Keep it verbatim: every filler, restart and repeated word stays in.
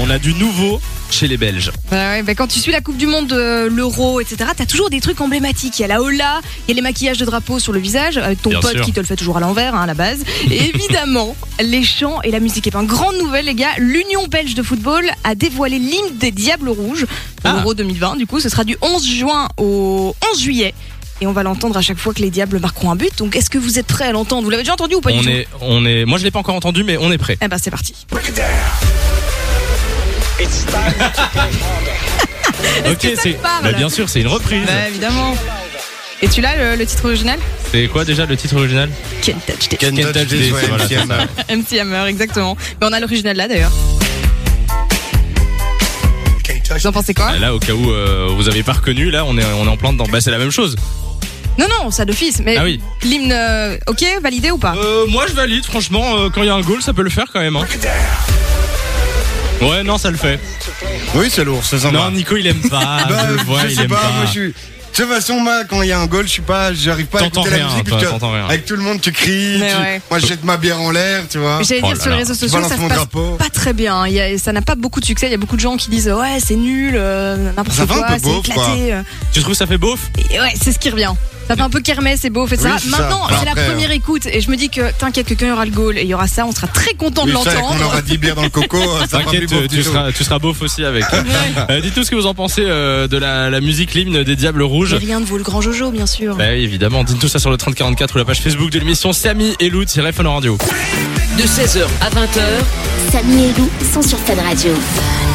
on a du nouveau chez les Belges. Bah ouais, bah quand tu suis la Coupe du Monde, euh, l'Euro, et cetera, t'as toujours des trucs emblématiques. Il y a la hola, il y a les maquillages de drapeau sur le visage, avec ton Bien pote sûr. qui te le fait toujours à l'envers, hein, à la base. Et évidemment, les chants et la musique. Et ben, grande nouvelle, les gars, l'Union belge de football a dévoilé l'hymne des Diables Rouges pour Ah. l'Euro deux mille vingt. Du coup, ce sera du onze juin au onze juillet. Et on va l'entendre à chaque fois que les Diables marqueront un but. Donc, est-ce que vous êtes prêts à l'entendre? Vous l'avez déjà entendu ou pas du On tout? est, on est, moi je l'ai pas encore entendu, mais on est prêt. Eh ben, c'est parti. Ok, que ça c'est, te parle bah, bien sûr, c'est une reprise. Bah, évidemment. Et tu l'as, le, le titre original? C'est quoi déjà le titre original? Can't touch this. Can't Can't touch touch this, this, ouais, voilà, M C c'est Hammer. M C Hammer, exactement. Mais on a l'original là d'ailleurs. Vous en pensez quoi? Là, au cas où euh, vous avez pas reconnu, là, on est, on est en plein dedans. Bah, c'est la même chose. Non, non, ça d'office. Mais Ah oui. l'hymne, euh, ok, validé ou pas? Euh, moi, je valide. Franchement, euh, quand il y a un goal, ça peut le faire quand même. Hein. Ouais, non, ça le fait. Oui, c'est lourd, c'est sympa. Non, Nico, il aime pas. Bah, je le vois, je il sais aime pas, pas. moi je suis. De toute façon, moi, quand il y a un goal, je suis pas, j'arrive pas à T'entends écouter rien, la musique toi, parce que t'entends rien. avec tout le monde tu cries, Mais tu- ouais. moi je jette ma bière en l'air, tu vois. J'allais Oh dire là sur là. les réseaux Je sociaux, balance ça se mon passe drapeau. pas très bien. Il y a- ça n'a pas beaucoup de succès. Il y a beaucoup de gens qui disent ouais, c'est nul, euh, n'importe Ça fait un quoi, peu c'est beauf, éclaté. euh. Tu trouves ça fait beauf? Et ouais, c'est ce qui revient. Ça fait un peu kermesse, c'est beau, fait ça. Oui, c'est ça. Maintenant, Alors c'est la après, première écoute et je me dis que t'inquiète que quand il y aura le goal et il y aura ça, on sera très content Oui, de ça, qu'on l'entendre. aura dix bières dans le coco, ça fera plus T'inquiète, beau euh, du tu tout. seras, tu seras beauf aussi avec. euh, dites-nous ce que vous en pensez euh, de la, la musique, l'hymne des Diables Rouges. Mais rien ne vaut le grand Jojo, bien sûr. Bah oui, évidemment, dites tout ça sur le trente quarante-quatre ou la page Facebook de l'émission Samy et Lou, Fun Radio. De seize heures à vingt heures, Samy et Lou sont sur Fun Radio.